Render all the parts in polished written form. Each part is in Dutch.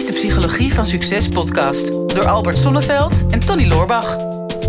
is de Psychologie van Succes podcast door Albert Sonneveld en Tony Loorbach.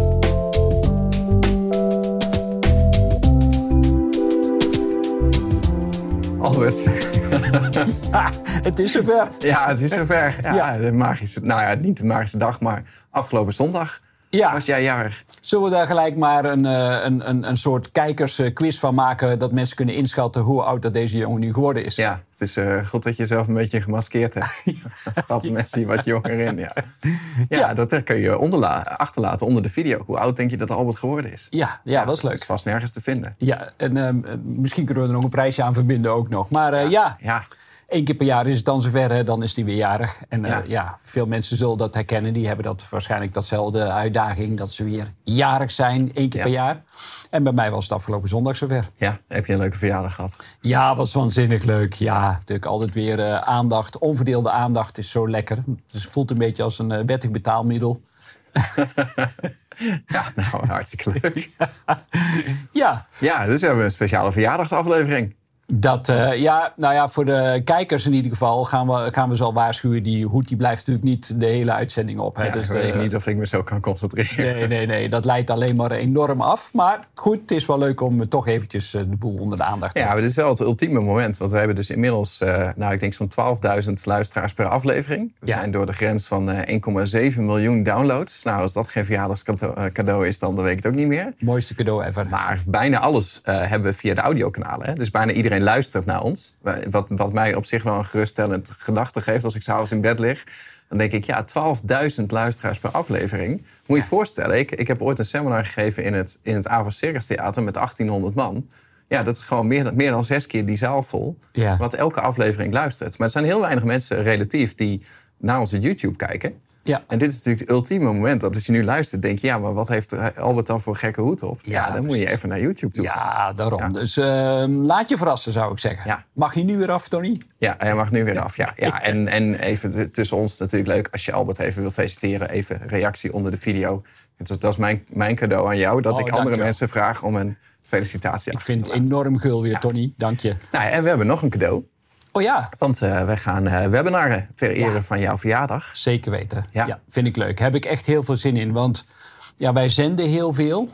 Albert. Ja, het is zover. Ja, het is zover. Ja. De magische, niet de magische dag, maar afgelopen zondag was jij jarig. Zullen we daar gelijk maar een soort kijkersquiz van maken, dat mensen kunnen inschatten hoe oud dat deze jongen nu geworden is? Ja, het is goed dat je jezelf een beetje gemaskeerd hebt. Dan schatten mensen wat jonger in. Ja, dat kun je achterlaten onder de video. Hoe oud denk je dat Albert geworden is? Ja, dat is leuk. Dat is vast nergens te vinden. Ja, en misschien kunnen we er nog een prijsje aan verbinden ook nog. Maar ja. 1 keer per jaar is het dan zover, hè? Dan is hij weer jarig. En veel mensen zullen dat herkennen. Die hebben waarschijnlijk datzelfde uitdaging. Dat ze weer jarig zijn, 1 keer per jaar. En bij mij was het afgelopen zondag zover. Ja, heb je een leuke verjaardag gehad? Ja, was waanzinnig leuk. Ja, natuurlijk altijd weer aandacht. Onverdeelde aandacht is zo lekker. Dus het voelt een beetje als een wettig betaalmiddel. Ja, nou, hartstikke leuk. Ja, dus we hebben een speciale verjaardagsaflevering. Voor de kijkers in ieder geval gaan we zo waarschuwen. Die hoed die blijft natuurlijk niet de hele uitzending op. Hè? Ja, dus ik weet niet of ik me zo kan concentreren. Nee, dat leidt alleen maar enorm af. Maar goed, het is wel leuk om toch eventjes de boel onder de aandacht te hebben. Ja, maar dit is wel het ultieme moment. Want we hebben dus inmiddels, ik denk zo'n 12.000 luisteraars per aflevering. We zijn door de grens van 1,7 miljoen downloads. Nou, als dat geen verjaardagscadeau is, dan weet ik het ook niet meer. Mooiste cadeau ever. Maar bijna alles hebben we via de audiokanalen. Hè? Dus bijna iedereen luistert naar ons. Wat mij op zich wel een geruststellend gedachte geeft als ik 's avonds in bed lig. Dan denk ik, 12.000 luisteraars per aflevering. Moet je je voorstellen, ik heb ooit een seminar gegeven in het Avro Circus Theater met 1800 man. Ja, dat is gewoon meer dan 6 keer die zaal vol. Ja. Wat elke aflevering luistert. Maar er zijn heel weinig mensen relatief die naar onze YouTube kijken. Ja. En dit is natuurlijk het ultieme moment dat als je nu luistert, denk je, maar wat heeft Albert dan voor een gekke hoed op? Ja, dan moet je even naar YouTube toe gaan. Ja, daarom. Ja. Dus laat je verrassen, zou ik zeggen. Ja. Mag hij nu weer af, Tony? Ja, hij mag nu weer af. Ja. En even tussen ons natuurlijk leuk, als je Albert even wil feliciteren, even reactie onder de video. Dat is mijn cadeau aan jou, dat ik andere mensen vraag om een felicitatie af te laten. Ik vind het enorm gul weer, Tony. Dank je. Nou, en we hebben nog een cadeau. Oh ja. Want we gaan webinaren ter ere van jouw verjaardag. Zeker weten. Ja, vind ik leuk. Heb ik echt heel veel zin in. Want wij zenden heel veel.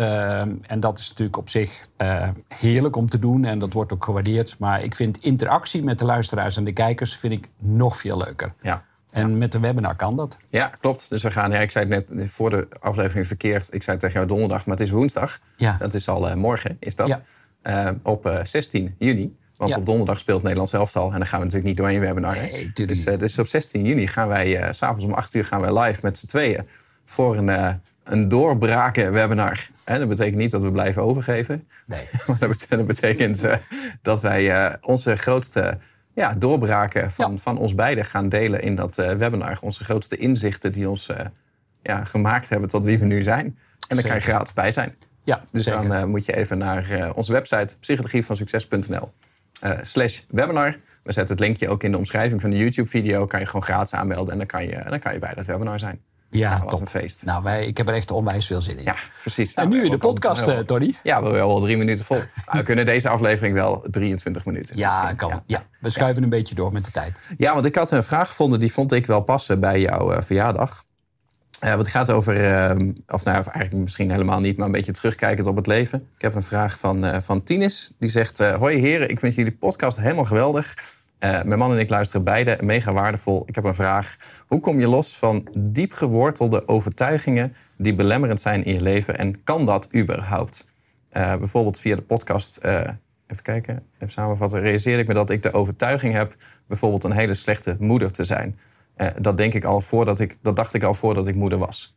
En dat is natuurlijk op zich heerlijk om te doen. En dat wordt ook gewaardeerd. Maar ik vind interactie met de luisteraars en de kijkers vind ik nog veel leuker. Ja. En met een webinar kan dat. Ja, klopt. Dus we gaan, ik zei het net voor de aflevering verkeerd. Ik zei tegen jou donderdag, maar het is woensdag. Ja. Dat is al morgen, is dat. Ja. Op 16 juni. Want op donderdag speelt Nederlands elftal. En daar gaan we natuurlijk niet doorheen webinaren. Nee, dus op 16 juni gaan wij, 's avonds om 8 uur gaan wij live met z'n tweeën. Voor een doorbraken webinar. En dat betekent niet dat we blijven overgeven. Nee. Maar dat betekent dat wij onze grootste doorbraken van ons beiden gaan delen in dat webinar. Onze grootste inzichten die ons gemaakt hebben tot wie we nu zijn. En daar kan je gratis bij zijn. Ja, dus zeker. Dan moet je even naar onze website psychologievansucces.nl. /webinar. We zetten het linkje ook in de omschrijving van de YouTube-video. Kan je gewoon gratis aanmelden en dan kan je bij dat webinar zijn. Ja, dat was een feest. Nou, ik heb er echt onwijs veel zin in. Ja, precies. En nu weer de podcast, Tony. Ja, we wel 3 minuten vol. We kunnen deze aflevering wel 23 minuten. Ja, kan. Ja. We schuiven een beetje door met de tijd. Ja, want ik had een vraag gevonden, die vond ik wel passen bij jouw verjaardag. Want het gaat over, eigenlijk misschien helemaal niet, maar een beetje terugkijkend op het leven. Ik heb een vraag van Tines. Die zegt, hoi heren, ik vind jullie podcast helemaal geweldig. Mijn man en ik luisteren beide, mega waardevol. Ik heb een vraag. Hoe kom je los van diep gewortelde overtuigingen die belemmerend zijn in je leven? En kan dat überhaupt? Bijvoorbeeld via de podcast, even samenvatten, realiseerde ik me dat ik de overtuiging heb bijvoorbeeld een hele slechte moeder te zijn. Dat dacht ik al voordat ik moeder was.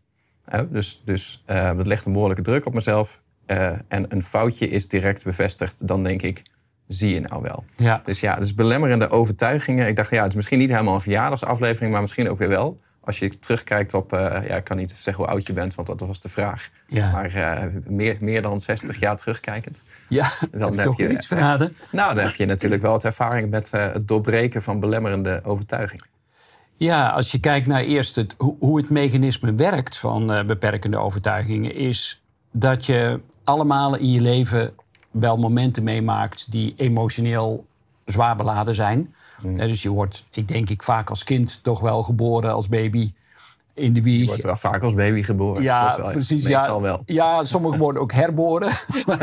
Dus dat legt een behoorlijke druk op mezelf. En een foutje is direct bevestigd. Dan denk ik, zie je nou wel. Ja. Dus belemmerende overtuigingen. Ik dacht, het is misschien niet helemaal een verjaardagsaflevering, maar misschien ook weer wel. Als je terugkijkt op, ik kan niet zeggen hoe oud je bent, want dat was de vraag. Ja. Maar meer dan 60 jaar terugkijkend. Ja, dan heb je toch iets verraden. Nou, dan heb je natuurlijk wel wat ervaring met het doorbreken van belemmerende overtuigingen. Ja, als je kijkt naar eerst hoe het mechanisme werkt van beperkende overtuigingen, is dat je allemaal in je leven wel momenten meemaakt die emotioneel zwaar beladen zijn. Dus je wordt, ik vaak als kind toch wel geboren als baby in de wieg. Je wordt wel vaak als baby geboren. Ja, wel, precies. Meestal wel. Ja, sommigen worden ook herboren.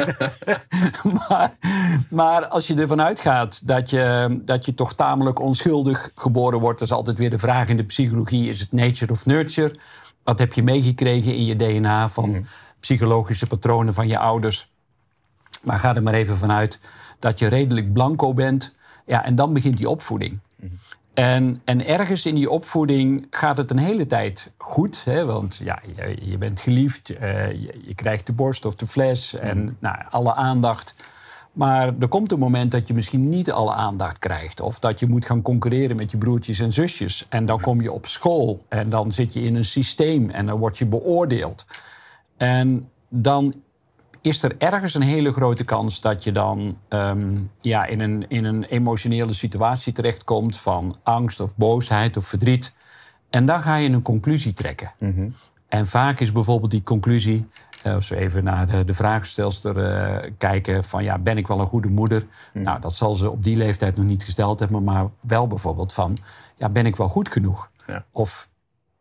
maar als je ervan uitgaat dat je toch tamelijk onschuldig geboren wordt... dat is altijd weer de vraag in de psychologie, is het nature of nurture? Wat heb je meegekregen in je DNA van psychologische patronen van je ouders? Maar ga er maar even vanuit dat je redelijk blanco bent. Ja, en dan begint die opvoeding. En ergens in die opvoeding gaat het een hele tijd goed. Hè? Want ja, je bent geliefd, je krijgt de borst of de fles en alle aandacht. Maar er komt een moment dat je misschien niet alle aandacht krijgt. Of dat je moet gaan concurreren met je broertjes en zusjes. En dan kom je op school en dan zit je in een systeem en dan word je beoordeeld. En dan is er ergens een hele grote kans dat je dan in een emotionele situatie terechtkomt van angst of boosheid of verdriet. En dan ga je een conclusie trekken. En vaak is bijvoorbeeld die conclusie, als we even naar de vraagstelster kijken van ben ik wel een goede moeder? Nou, dat zal ze op die leeftijd nog niet gesteld hebben, maar wel bijvoorbeeld van, ben ik wel goed genoeg? Ja. Of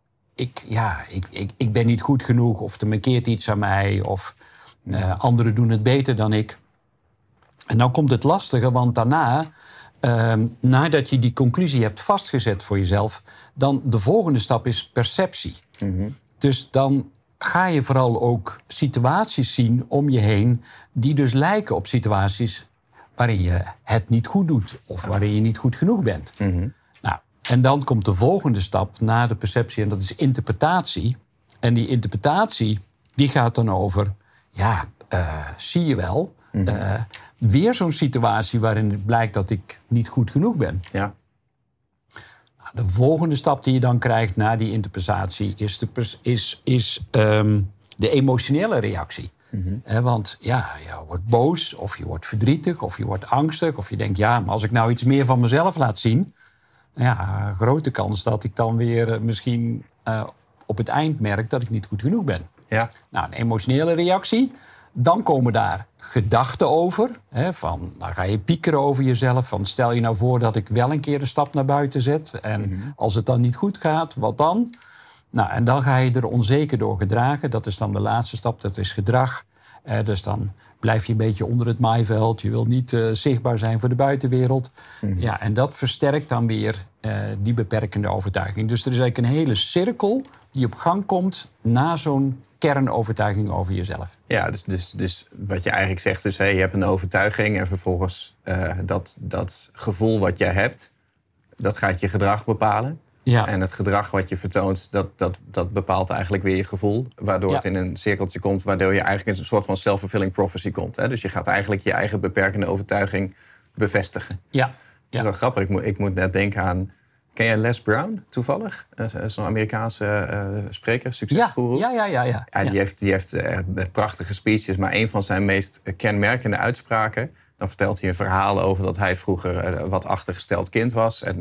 ik ben niet goed genoeg, of er mankeert iets aan mij, of anderen doen het beter dan ik. En dan komt het lastige, want daarna, nadat je die conclusie hebt vastgezet voor jezelf, dan de volgende stap is perceptie. Dus dan ga je vooral ook situaties zien om je heen die dus lijken op situaties waarin je het niet goed doet of waarin je niet goed genoeg bent. Nou, en dan komt de volgende stap na de perceptie en dat is interpretatie. En die interpretatie die gaat dan over, zie je wel, weer zo'n situatie waarin het blijkt dat ik niet goed genoeg ben. Ja. De volgende stap die je dan krijgt na die interpretatie is de emotionele reactie. Want je wordt boos of je wordt verdrietig of je wordt angstig of je denkt, maar als ik nou iets meer van mezelf laat zien, grote kans dat ik dan weer misschien op het eind merk dat ik niet goed genoeg ben. Ja. Nou, een emotionele reactie. Dan komen daar gedachten over. Dan ga je piekeren over jezelf. Van stel je nou voor dat ik wel een keer een stap naar buiten zet. En als het dan niet goed gaat, wat dan? Nou, en dan ga je er onzeker door gedragen. Dat is dan de laatste stap, dat is gedrag. Dus dan blijf je een beetje onder het maaiveld. Je wil niet zichtbaar zijn voor de buitenwereld. Ja, en dat versterkt dan weer die beperkende overtuiging. Dus er is eigenlijk een hele cirkel die op gang komt na zo'n kernovertuiging over jezelf. Ja, dus wat je eigenlijk zegt is, je hebt een overtuiging en vervolgens dat gevoel wat jij hebt, dat gaat je gedrag bepalen. Ja. En het gedrag wat je vertoont, dat bepaalt eigenlijk weer je gevoel. Waardoor het in een cirkeltje komt, waardoor je eigenlijk in een soort van self-fulfilling prophecy komt. Dus je gaat eigenlijk je eigen beperkende overtuiging bevestigen. Ja. Dat is wel grappig. Ik moet net denken aan, ken jij Les Brown toevallig? Zo'n Amerikaanse spreker, succesgoeroe. Ja. Die heeft prachtige speeches, maar een van zijn meest kenmerkende uitspraken, dan vertelt hij een verhaal over dat hij vroeger wat achtergesteld kind was. En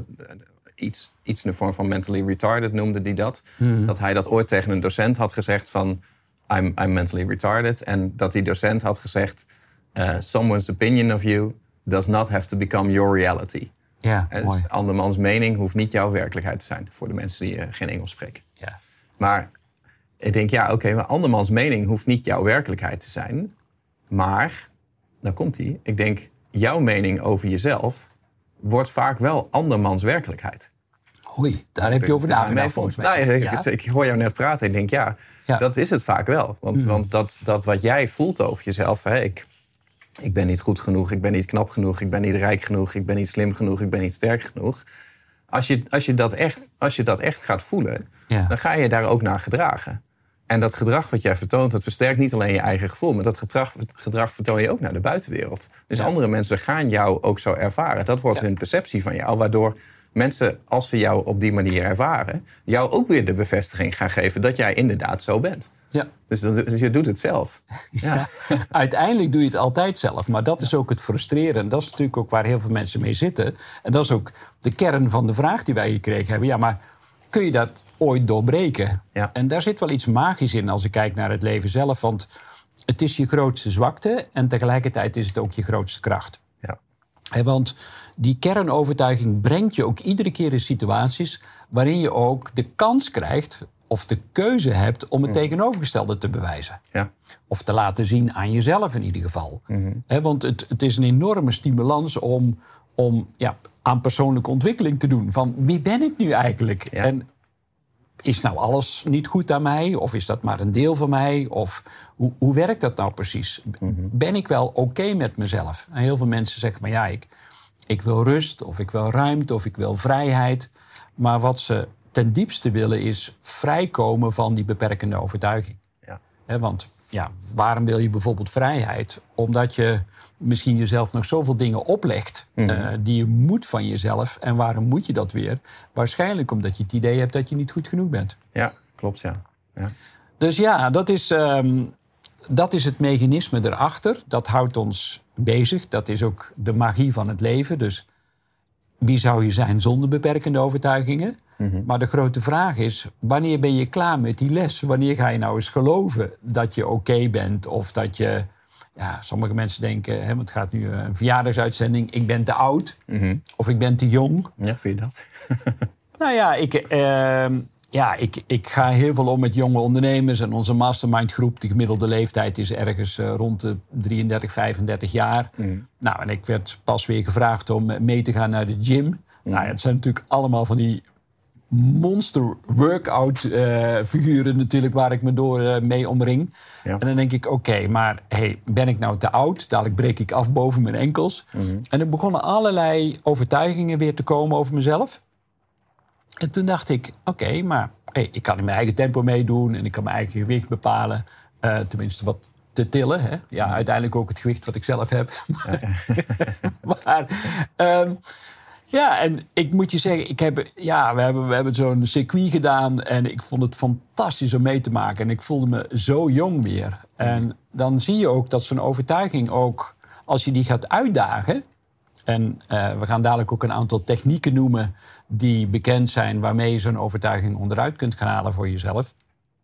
iets in de vorm van mentally retarded noemde hij dat. Dat hij dat ooit tegen een docent had gezegd van, I'm mentally retarded. En dat die docent had gezegd, someone's opinion of you does not have to become your reality. Ja, dus andermans mening hoeft niet jouw werkelijkheid te zijn, voor de mensen die geen Engels spreken. Ja. Maar ik denk, maar andermans mening hoeft niet jouw werkelijkheid te zijn. Maar, daar komt hij. Ik denk, jouw mening over jezelf wordt vaak wel andermans werkelijkheid. Hoi, daar heb je over nagedacht volgens mij. Ik hoor jou net praten en ik denk, dat is het vaak wel. Want dat wat jij voelt over jezelf, ik ben niet goed genoeg, ik ben niet knap genoeg, ik ben niet rijk genoeg, ik ben niet slim genoeg, ik ben niet sterk genoeg. Als je dat echt gaat voelen, dan ga je daar ook naar gedragen. En dat gedrag wat jij vertoont, dat versterkt niet alleen je eigen gevoel, maar dat gedrag vertoon je ook naar de buitenwereld. Dus andere mensen gaan jou ook zo ervaren. Dat wordt hun perceptie van jou, waardoor mensen, als ze jou op die manier ervaren, jou ook weer de bevestiging gaan geven dat jij inderdaad zo bent. Ja. Dus je doet het zelf. Ja. Uiteindelijk doe je het altijd zelf. Maar dat is ook het frustrerende. Dat is natuurlijk ook waar heel veel mensen mee zitten. En dat is ook de kern van de vraag die wij gekregen hebben. Ja, maar kun je dat ooit doorbreken? Ja. En daar zit wel iets magisch in als ik kijk naar het leven zelf. Want het is je grootste zwakte en tegelijkertijd is het ook je grootste kracht. Ja. Want die kernovertuiging brengt je ook iedere keer in situaties waarin je ook de kans krijgt of de keuze hebt om het tegenovergestelde te bewijzen. Ja. Of te laten zien aan jezelf in ieder geval. Want het is een enorme stimulans om aan persoonlijke ontwikkeling te doen. Van wie ben ik nu eigenlijk? Ja. En is nou alles niet goed aan mij? Of is dat maar een deel van mij? Of hoe werkt dat nou precies? Ben ik wel oké met mezelf? En heel veel mensen zeggen van ja, ik wil rust, of ik wil ruimte, of ik wil vrijheid. Maar wat ze ten diepste willen is vrijkomen van die beperkende overtuiging. Ja. Want ja, waarom wil je bijvoorbeeld vrijheid? Omdat je misschien jezelf nog zoveel dingen oplegt die je moet van jezelf. En waarom moet je dat weer? Waarschijnlijk omdat je het idee hebt dat je niet goed genoeg bent. Ja, klopt, ja. Dus ja, dat is het mechanisme erachter. Dat houdt ons bezig. Dat is ook de magie van het leven. Dus wie zou je zijn zonder beperkende overtuigingen? Maar de grote vraag is, wanneer ben je klaar met die les? Wanneer ga je nou eens geloven dat je oké bent? Of dat je... Ja, sommige mensen denken, want het gaat nu een verjaardagsuitzending... ik ben te oud of ik ben te jong. Ja, vind je dat? Nou ja, ik ga heel veel om met jonge ondernemers. En onze mastermind groep, de gemiddelde leeftijd is ergens rond de 33, 35 jaar. Nou, en ik werd pas weer gevraagd om mee te gaan naar de gym. Nou ja, het zijn natuurlijk allemaal van die monster workout figuren natuurlijk waar ik me door mee omring. Ja. En dan denk ik, oké, maar ben ik nou te oud? Dadelijk breek ik af boven mijn enkels. En er begonnen allerlei overtuigingen weer te komen over mezelf. En toen dacht ik, oké, maar ik kan in mijn eigen tempo meedoen en ik kan mijn eigen gewicht bepalen. Tenminste, wat te tillen. Hè? Ja, uiteindelijk ook het gewicht wat ik zelf heb. Maar ja, en ik moet je zeggen, we hebben zo'n circuit gedaan en ik vond het fantastisch om mee te maken. En ik voelde me zo jong weer. En dan zie je ook dat zo'n overtuiging ook, als je die gaat uitdagen. En we gaan dadelijk ook een aantal technieken noemen die bekend zijn waarmee je zo'n overtuiging onderuit kunt gaan halen voor jezelf.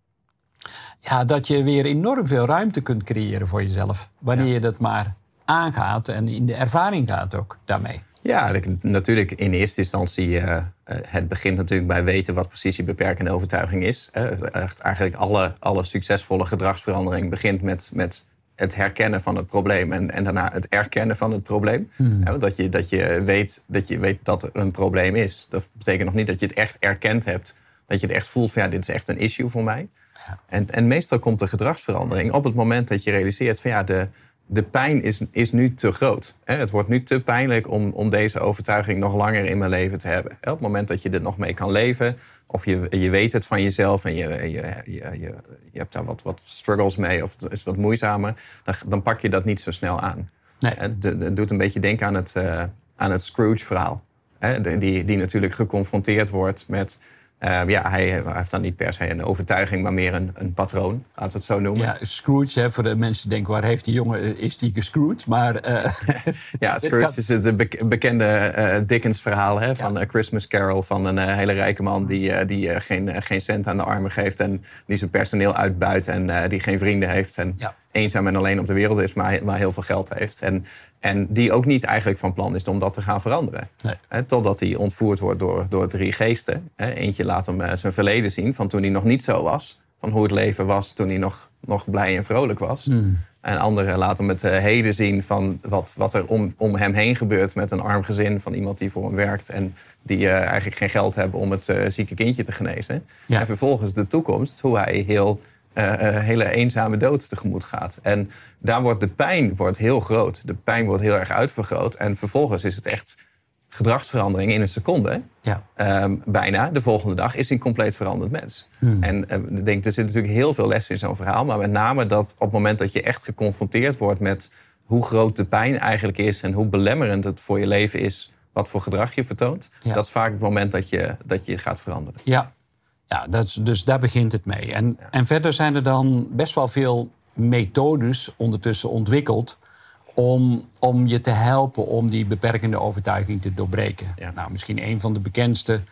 Ja, dat je weer enorm veel ruimte kunt creëren voor jezelf. Wanneer je dat maar aangaat en in de ervaring gaat ook daarmee. Ja, natuurlijk in eerste instantie, het begint natuurlijk bij weten wat precies je beperkende overtuiging is. Eigenlijk alle succesvolle gedragsverandering begint met het herkennen van het probleem en daarna het erkennen van het probleem. Dat je weet dat er een probleem is. Dat betekent nog niet dat je het echt erkend hebt. Dat je het echt voelt van dit is echt een issue voor mij. Ja. En meestal komt de gedragsverandering op het moment dat je realiseert van de pijn is nu te groot. Het wordt nu te pijnlijk om deze overtuiging nog langer in mijn leven te hebben. Op het moment dat je er nog mee kan leven, of je weet het van jezelf en je hebt daar wat struggles mee of het is wat moeizamer, dan pak je dat niet zo snel aan. Nee. Het doet een beetje denken aan het Scrooge-verhaal. Die natuurlijk geconfronteerd wordt met... hij heeft dan niet per se een overtuiging, maar meer een patroon. Laten we het zo noemen. Ja, Scrooge, voor de mensen die denken, waar heeft die jongen, is die gescrooged? Maar, ja, Scrooge is het bekende Dickens-verhaal van A Christmas Carol. Van een hele rijke man die geen cent aan de armen geeft. En die zijn personeel uitbuit en die geen vrienden heeft. En eenzaam en alleen op de wereld is, maar heel veel geld heeft. En die ook niet eigenlijk van plan is om dat te gaan veranderen. Nee. Totdat hij ontvoerd wordt door 3 geesten. Eentje laat hem zijn verleden zien van toen hij nog niet zo was. Van hoe het leven was toen hij nog blij en vrolijk was. En andere laat hem het heden zien van wat er om hem heen gebeurt met een arm gezin. Van iemand die voor hem werkt en die eigenlijk geen geld hebben om het zieke kindje te genezen. Ja. En vervolgens de toekomst, hoe hij hele eenzame dood tegemoet gaat. En daar wordt de pijn heel groot. De pijn wordt heel erg uitvergroot. En vervolgens is het echt gedragsverandering in een seconde. Ja. Bijna. De volgende dag is hij een compleet veranderd mens. En ik denk, er zit natuurlijk heel veel lessen in zo'n verhaal. Maar met name dat op het moment dat je echt geconfronteerd wordt met hoe groot de pijn eigenlijk is en hoe belemmerend het voor je leven is, wat voor gedrag je vertoont. Ja. Dat is vaak het moment dat je gaat veranderen. Ja. Ja, dus daar begint het mee. En verder zijn er dan best wel veel methodes ondertussen ontwikkeld om je te helpen om die beperkende overtuiging te doorbreken. Ja. Nou, misschien een van de bekendste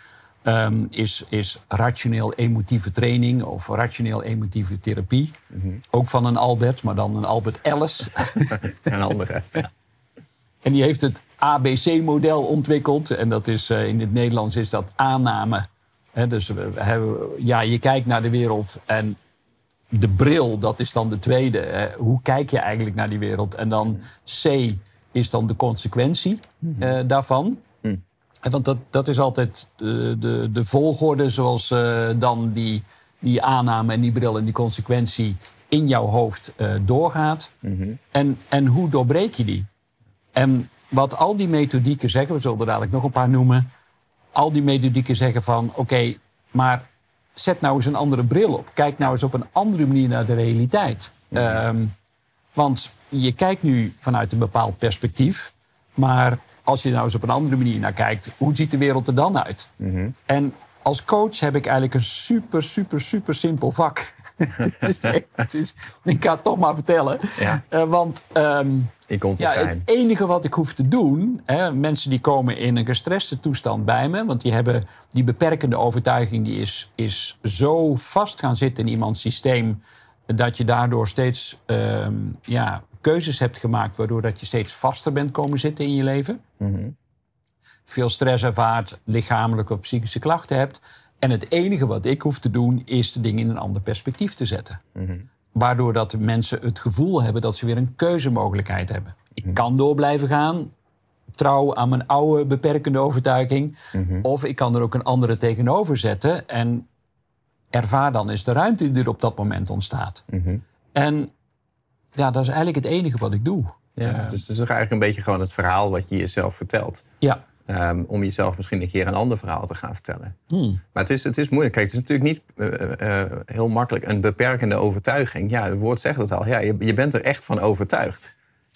is rationeel-emotieve training of rationeel-emotieve therapie. Ook van een Albert, maar dan een Albert Ellis. Een andere. Ja. En die heeft het ABC-model ontwikkeld. En dat is, in het Nederlands is dat aanname. Dus je kijkt naar de wereld en de bril, dat is dan de tweede. Hoe kijk je eigenlijk naar die wereld? En dan C is dan de consequentie daarvan. Want dat is altijd de volgorde zoals dan die aanname en die bril en die consequentie in jouw hoofd doorgaat. En hoe doorbreek je die? En wat al die methodieken zeggen, we zullen er dadelijk nog een paar noemen. Al die methodieken zeggen van oké, maar zet nou eens een andere bril op. Kijk nou eens op een andere manier naar de realiteit. Want je kijkt nu vanuit een bepaald perspectief. Maar als je nou eens op een andere manier naar kijkt, hoe ziet de wereld er dan uit? En als coach heb ik eigenlijk een super simpel vak. Ik ga het toch maar vertellen. Ja. Want het enige wat ik hoef te doen... mensen die komen in een gestreste toestand bij me... want die hebben die beperkende overtuiging... die is zo vast gaan zitten in iemands systeem... dat je daardoor steeds keuzes hebt gemaakt... waardoor dat je steeds vaster bent komen zitten in je leven. Veel stress ervaart, lichamelijke of psychische klachten hebt. En het enige wat ik hoef te doen... is de dingen in een ander perspectief te zetten. Waardoor dat de mensen het gevoel hebben... dat ze weer een keuzemogelijkheid hebben. Ik kan door blijven gaan... trouw aan mijn oude beperkende overtuiging... of ik kan er ook een andere tegenover zetten... en ervaar dan eens de ruimte die er op dat moment ontstaat. En dat is eigenlijk het enige wat ik doe. Ja, dus het is eigenlijk een beetje gewoon het verhaal wat je jezelf vertelt. Ja. Om jezelf misschien een keer een ander verhaal te gaan vertellen. Maar het is moeilijk. Kijk, het is natuurlijk niet heel makkelijk een beperkende overtuiging. Ja, het woord zegt het al. Ja, je bent er echt van overtuigd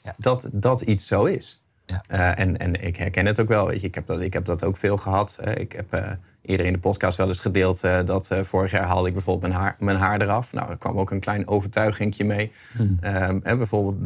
dat iets zo is. Ja. En ik herken het ook wel. Weet je, ik heb dat ook veel gehad. Ik heb eerder in de podcast wel eens gedeeld... dat vorig jaar haalde ik bijvoorbeeld mijn haar eraf. Nou, er kwam ook een klein overtuigingje mee. Bijvoorbeeld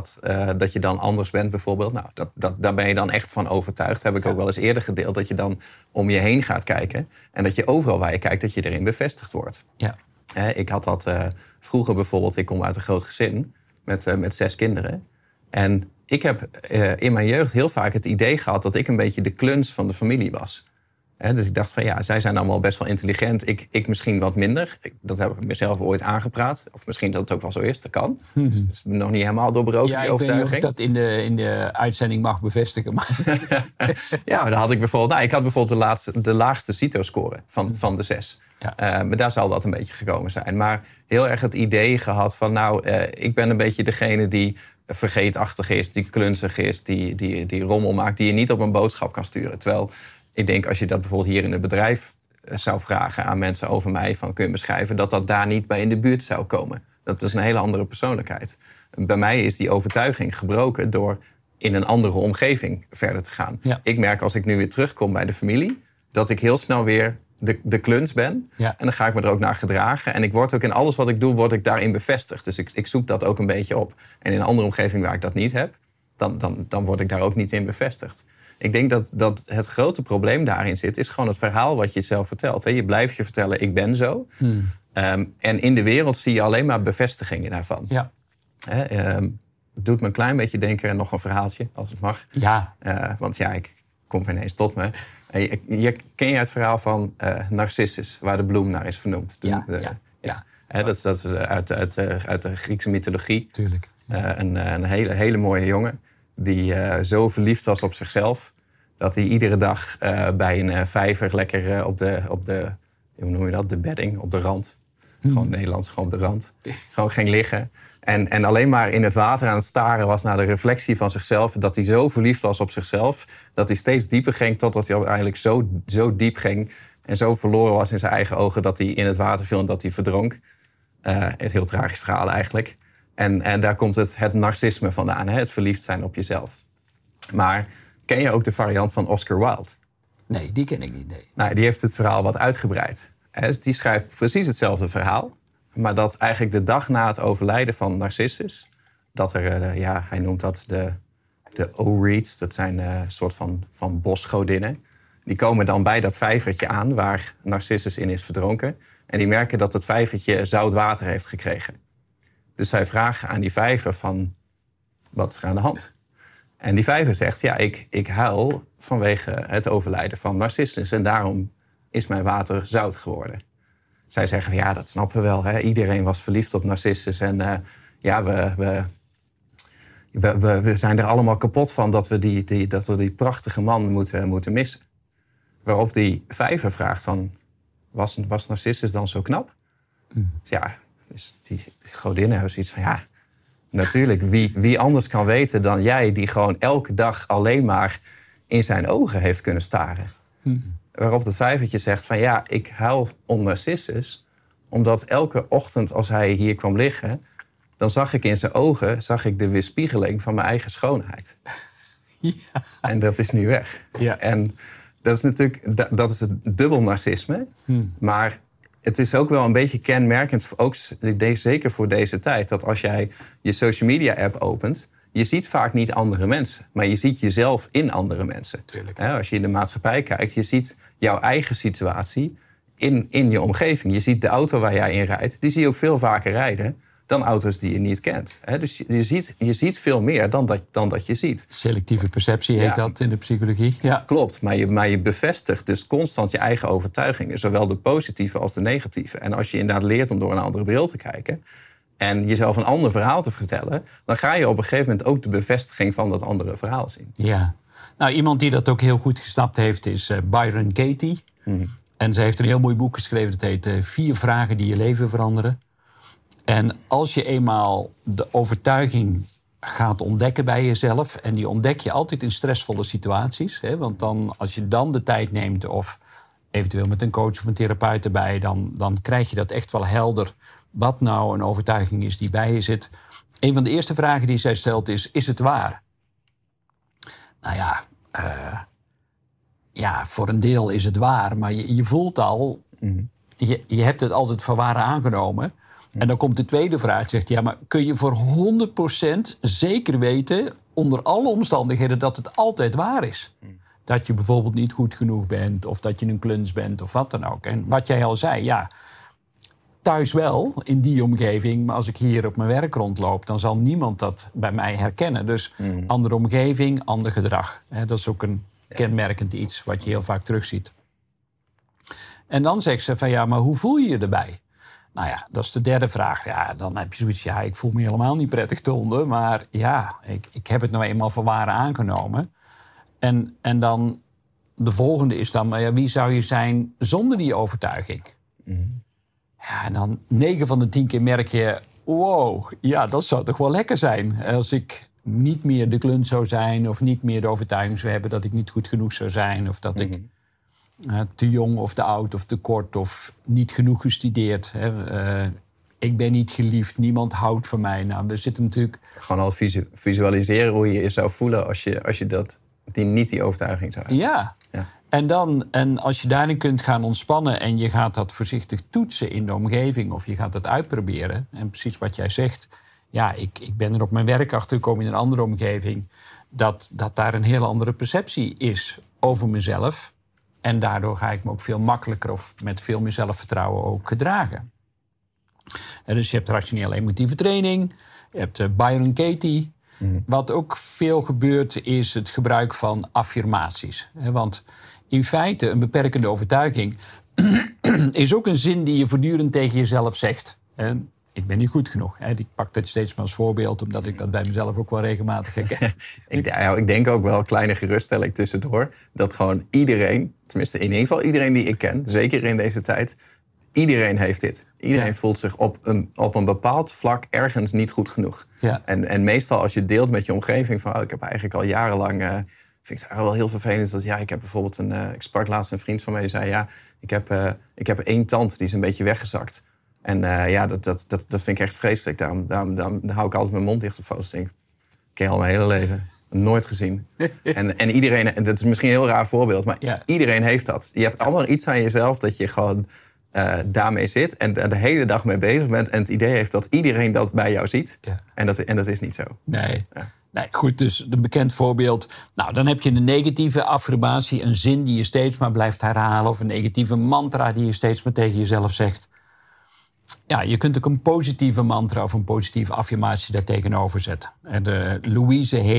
dat je dan anders bent bijvoorbeeld. Nou, daar ben je dan echt van overtuigd. Heb ik ook wel eens eerder gedeeld. Dat je dan om je heen gaat kijken. En dat je overal waar je kijkt, dat je erin bevestigd wordt. Ja. Ik had dat vroeger bijvoorbeeld. Ik kom uit een groot gezin met 6 kinderen. En ik heb in mijn jeugd heel vaak het idee gehad... dat ik een beetje de kluns van de familie was. Dus ik dacht van zij zijn allemaal best wel intelligent. Ik misschien wat minder. Dat heb ik mezelf ooit aangepraat. Of misschien dat het ook wel zo is, dat kan. Dus het is nog niet helemaal doorbroken, die overtuiging. Ik weet niet of ik dat in de uitzending mag bevestigen. Maar maar dan had ik bijvoorbeeld... ik had bijvoorbeeld de laagste CITO-score van de 6. Ja. Maar daar zal dat een beetje gekomen zijn. Maar heel erg het idee gehad van... ik ben een beetje degene die vergeetachtig is... die klunzig is, die rommel maakt... die je niet op een boodschap kan sturen. Terwijl... Ik denk als je dat bijvoorbeeld hier in het bedrijf zou vragen aan mensen over mij... van kun je beschrijven dat daar niet bij in de buurt zou komen. Dat is een hele andere persoonlijkheid. Bij mij is die overtuiging gebroken door in een andere omgeving verder te gaan. Ja. Ik merk als ik nu weer terugkom bij de familie... dat ik heel snel weer de kluns ben. Ja. En dan ga ik me er ook naar gedragen. En ik word ook in alles wat ik doe, word ik daarin bevestigd. Dus ik zoek dat ook een beetje op. En in een andere omgeving waar ik dat niet heb... dan word ik daar ook niet in bevestigd. Ik denk dat het grote probleem daarin zit... is gewoon het verhaal wat je zelf vertelt. Je blijft je vertellen, ik ben zo. En in de wereld zie je alleen maar bevestigingen daarvan. Ja. Het doet me een klein beetje denken... nog een verhaaltje, als het mag. Ja. Want ik kom ineens tot me. Ken je het verhaal van Narcissus... waar de bloem naar is vernoemd? Dat is uit de Griekse mythologie. Tuurlijk. Een hele mooie jongen... die zo verliefd was op zichzelf... dat hij iedere dag bij een vijver lekker op de... hoe noem je dat? De bedding, op de rand. Gewoon Nederlands, gewoon op de rand. Gewoon ging liggen. En alleen maar in het water aan het staren was naar de reflectie van zichzelf... dat hij zo verliefd was op zichzelf... dat hij steeds dieper ging totdat hij uiteindelijk zo diep ging... en zo verloren was in zijn eigen ogen... dat hij in het water viel en dat hij verdronk. Het heel tragisch verhaal eigenlijk... En daar komt het narcisme vandaan, het verliefd zijn op jezelf. Maar ken je ook de variant van Oscar Wilde? Nee, die ken ik niet. Nee. Nou, die heeft het verhaal wat uitgebreid. Dus die schrijft precies hetzelfde verhaal. Maar dat eigenlijk de dag na het overlijden van Narcissus... dat er, hij noemt dat de Oreads. Dat zijn een soort van bosgodinnen. Die komen dan bij dat vijvertje aan waar Narcissus in is verdronken. En die merken dat het vijvertje zout water heeft gekregen. Dus zij vragen aan die vijver van, wat is er aan de hand? En die vijver zegt, ja, ik huil vanwege het overlijden van Narcissus. En daarom is mijn water zout geworden. Zij zeggen, ja, dat snappen we wel. Hè? Iedereen was verliefd op Narcissus. En we zijn er allemaal kapot van dat we die prachtige man moeten missen. Waarop die vijver vraagt van, was Narcissus dan zo knap? Dus ja, dus die godinnen hebben zoiets van, ja, natuurlijk. Wie anders kan weten dan jij, die gewoon elke dag alleen maar in zijn ogen heeft kunnen staren. Waarop het vijvertje zegt van, ja, ik huil om Narcissus, omdat elke ochtend als hij hier kwam liggen, dan zag ik in zijn ogen de weerspiegeling van mijn eigen schoonheid. Ja. En dat is nu weg. Ja. En dat is natuurlijk dat is het dubbel narcisme. Maar het is ook wel een beetje kenmerkend, ook zeker voor deze tijd, dat als jij je social media app opent, je ziet vaak niet andere mensen, maar je ziet jezelf in andere mensen. Tuurlijk. Als je in de maatschappij kijkt, je ziet jouw eigen situatie in je omgeving. Je ziet de auto waar jij in rijdt, die zie je ook veel vaker rijden dan auto's die je niet kent. Dus je ziet veel meer dan dat je ziet. Selectieve perceptie heet dat in de psychologie. Ja. Klopt, maar je bevestigt dus constant je eigen overtuigingen. Zowel de positieve als de negatieve. En als je inderdaad leert om door een andere bril te kijken en jezelf een ander verhaal te vertellen, dan ga je op een gegeven moment ook de bevestiging van dat andere verhaal zien. Ja. Nou, iemand die dat ook heel goed gesnapt heeft is Byron Katie. En ze heeft een heel mooi boek geschreven. Dat heet 4 vragen die je leven veranderen. En als je eenmaal de overtuiging gaat ontdekken bij jezelf, en die ontdek je altijd in stressvolle situaties, hè, want dan, als je dan de tijd neemt of eventueel met een coach of een therapeut erbij, dan krijg je dat echt wel helder wat nou een overtuiging is die bij je zit. Een van de eerste vragen die zij stelt is het waar? Nou ja, voor een deel is het waar, maar je voelt al, je hebt het altijd voor waar aangenomen. En dan komt de tweede vraag, zegt ja, maar kun je voor 100% zeker weten, onder alle omstandigheden, dat het altijd waar is? Dat je bijvoorbeeld niet goed genoeg bent, of dat je een kluns bent, of wat dan ook. En wat jij al zei, ja, thuis wel, in die omgeving, maar als ik hier op mijn werk rondloop, dan zal niemand dat bij mij herkennen. Dus andere omgeving, ander gedrag. Dat is ook een kenmerkend iets wat je heel vaak terugziet. En dan zegt ze van ja, maar hoe voel je je erbij? Nou ja, dat is de derde vraag. Ja, dan heb je zoiets, ja, ik voel me helemaal niet prettig tonden, maar ja, ik heb het nou eenmaal voor waar aangenomen. En dan, de volgende is dan, maar ja, wie zou je zijn zonder die overtuiging? Ja, en dan 9 van de 10 keer merk je, wow, ja, dat zou toch wel lekker zijn. Als ik niet meer de klunt zou zijn, of niet meer de overtuiging zou hebben dat ik niet goed genoeg zou zijn, of dat ik te jong of te oud of te kort of niet genoeg gestudeerd. Ik ben niet geliefd, niemand houdt van mij. Nou, we zitten natuurlijk gewoon al visualiseren hoe je je zou voelen als je niet die overtuiging zou hebben. Ja. En als je daarin kunt gaan ontspannen en je gaat dat voorzichtig toetsen in de omgeving of je gaat dat uitproberen. En precies wat jij zegt, ja, ik ben er op mijn werk achter gekomen in een andere omgeving, dat daar een heel andere perceptie is over mezelf. En daardoor ga ik me ook veel makkelijker of met veel meer zelfvertrouwen ook gedragen. En dus je hebt rationele emotieve training, je hebt Byron Katie. Wat ook veel gebeurt is het gebruik van affirmaties. Want in feite een beperkende overtuiging is ook een zin die je voortdurend tegen jezelf zegt. Ik ben niet goed genoeg. Ik pak dat steeds maar als voorbeeld, omdat ik dat bij mezelf ook wel regelmatig herken. Ik denk ook wel, kleine geruststelling tussendoor, dat gewoon iedereen, tenminste in ieder geval iedereen die ik ken, zeker in deze tijd, iedereen heeft dit. Iedereen voelt zich op een bepaald vlak ergens niet goed genoeg. Ja. En meestal als je deelt met je omgeving van, ik heb eigenlijk al jarenlang, vind ik het wel heel vervelend dat, ik heb bijvoorbeeld ik sprak laatst een vriend van mij die zei, ik heb 1 tand, die is een beetje weggezakt. En dat vind ik echt vreselijk. Daarom hou ik altijd mijn mond dicht op foto's. Ik ken al mijn hele leven. Nooit gezien. En iedereen, en dat is misschien een heel raar voorbeeld, maar iedereen heeft dat. Je hebt allemaal iets aan jezelf dat je gewoon daarmee zit en de hele dag mee bezig bent en het idee heeft dat iedereen dat bij jou ziet. Ja. En dat is niet zo. Nee. Ja. Nee, goed, dus een bekend voorbeeld. Nou, dan heb je een negatieve affirmatie, een zin die je steeds maar blijft herhalen, of een negatieve mantra die je steeds maar tegen jezelf zegt. Ja, je kunt ook een positieve mantra of een positieve affirmatie daar tegenover zetten. Louise Hay,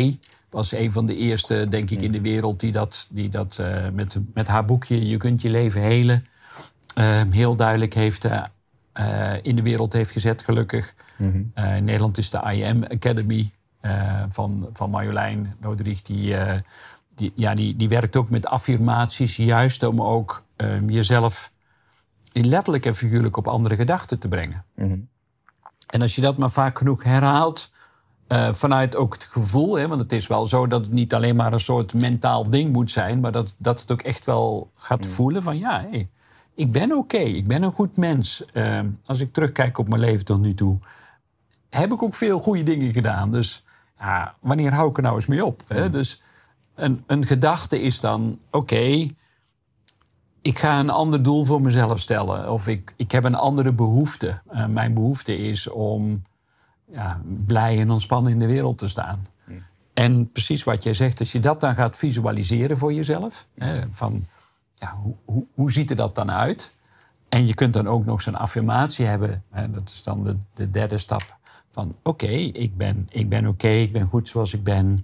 was een van de eerste, denk ik, in de wereld die dat met haar boekje Je kunt je leven helen heel duidelijk heeft in de wereld heeft gezet, gelukkig. Mm-hmm. In Nederland is de IM Academy van Marjolein Roderich. Die werkt ook met affirmaties, juist om ook jezelf letterlijk en figuurlijk op andere gedachten te brengen. Mm-hmm. En als je dat maar vaak genoeg herhaalt, vanuit ook het gevoel, hè, want het is wel zo dat het niet alleen maar een soort mentaal ding moet zijn, maar dat het ook echt wel gaat voelen van hey, ik ben oké, ik ben een goed mens. Als ik terugkijk op mijn leven tot nu toe, heb ik ook veel goede dingen gedaan. Dus wanneer hou ik er nou eens mee op? Hè? Dus een gedachte is dan, oké, ik ga een ander doel voor mezelf stellen. Of ik heb een andere behoefte. Mijn behoefte is om blij en ontspannen in de wereld te staan. En precies wat jij zegt, als je dat dan gaat visualiseren voor jezelf, van hoe ziet er dat dan uit? En je kunt dan ook nog zo'n affirmatie hebben. Dat is dan de derde stap. Van oké, ik ben oké, ik ben goed zoals ik ben.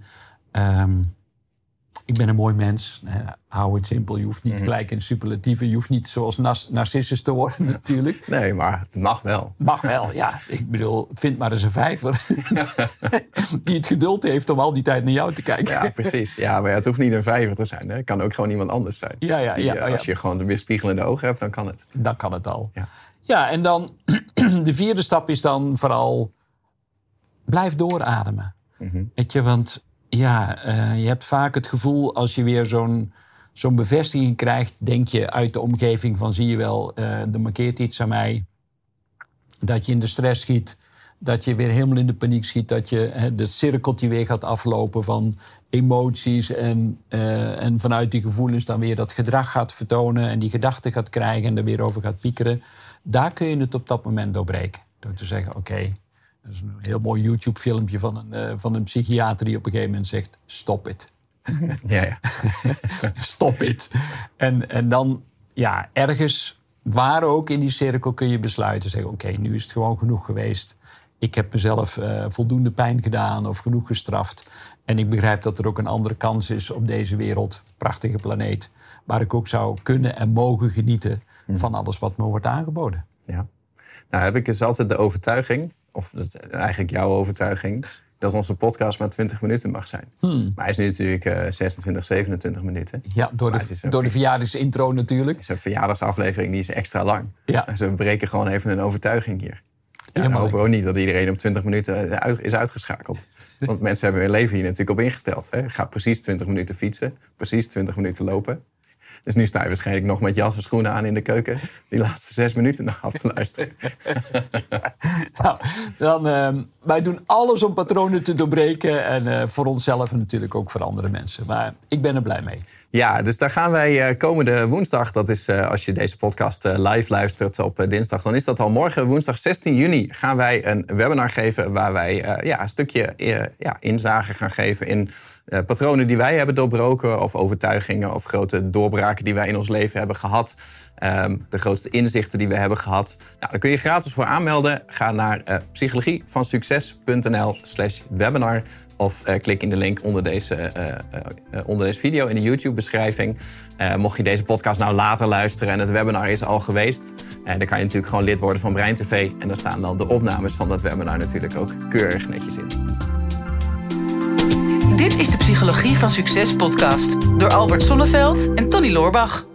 Ik ben een mooi mens. Hou het simpel. Je hoeft niet gelijk in superlatieven. Je hoeft niet zoals Narcissus te worden natuurlijk. Nee, maar het mag wel. Mag wel, ja. Ik bedoel, vind maar eens een vijver die het geduld heeft om al die tijd naar jou te kijken. Ja, precies. Ja, maar het hoeft niet een vijver te zijn. Hè. Het kan ook gewoon iemand anders zijn. Als je gewoon de weerspiegelende ogen hebt, dan kan het. Dan kan het al. Ja, en dan de vierde stap is dan vooral blijf doorademen. Mm-hmm. Weet je, want je hebt vaak het gevoel als je weer zo'n bevestiging krijgt, denk je uit de omgeving van zie je wel, er markeert iets aan mij. Dat je in de stress schiet, dat je weer helemaal in de paniek schiet, dat je het cirkeltje weer gaat aflopen van emoties en vanuit die gevoelens dan weer dat gedrag gaat vertonen en die gedachten gaat krijgen en er weer over gaat piekeren. Daar kun je het op dat moment doorbreken. Door te zeggen, oké, dat is een heel mooi YouTube-filmpje van een psychiater die op een gegeven moment zegt, stop it. Ja. Stop it. En dan, ergens, waar ook in die cirkel kun je besluiten. Zeggen, oké, nu is het gewoon genoeg geweest. Ik heb mezelf voldoende pijn gedaan of genoeg gestraft. En ik begrijp dat er ook een andere kans is op deze wereld, prachtige planeet, waar ik ook zou kunnen en mogen genieten van alles wat me wordt aangeboden. Ja. Nou heb ik dus altijd de overtuiging, of eigenlijk jouw overtuiging, dat onze podcast maar 20 minuten mag zijn. Maar hij is nu natuurlijk 26, 27 minuten. Ja, door de verjaardagsintro natuurlijk. Het is een verjaardagsaflevering, die is extra lang. Ja. Dus we breken gewoon even een overtuiging hier. Ja, dan hopen we ook niet dat iedereen op 20 minuten is uitgeschakeld. Want mensen hebben hun leven hier natuurlijk op ingesteld. Hè. Ga precies 20 minuten fietsen, precies 20 minuten lopen. Dus nu sta je waarschijnlijk nog met jas en schoenen aan in de keuken die laatste 6 minuten nog af te luisteren. Wij doen alles om patronen te doorbreken. En voor onszelf en natuurlijk ook voor andere mensen. Maar ik ben er blij mee. Ja, dus daar gaan wij komende woensdag, dat is als je deze podcast live luistert op dinsdag, dan is dat al morgen, woensdag 16 juni, gaan wij een webinar geven waar wij een stukje inzage gaan geven in patronen die wij hebben doorbroken of overtuigingen of grote doorbraken die wij in ons leven hebben gehad. De grootste inzichten die we hebben gehad. Nou, daar kun je gratis voor aanmelden. Ga naar psychologievansucces.nl/webinar of klik in de link onder deze video in de YouTube-beschrijving. Mocht je deze podcast nou later luisteren en het webinar is al geweest, dan kan je natuurlijk gewoon lid worden van Brein TV. En daar staan dan de opnames van dat webinar natuurlijk ook keurig netjes in. Dit is de Psychologie van Succes podcast door Albert Sonneveld en Tony Loorbach.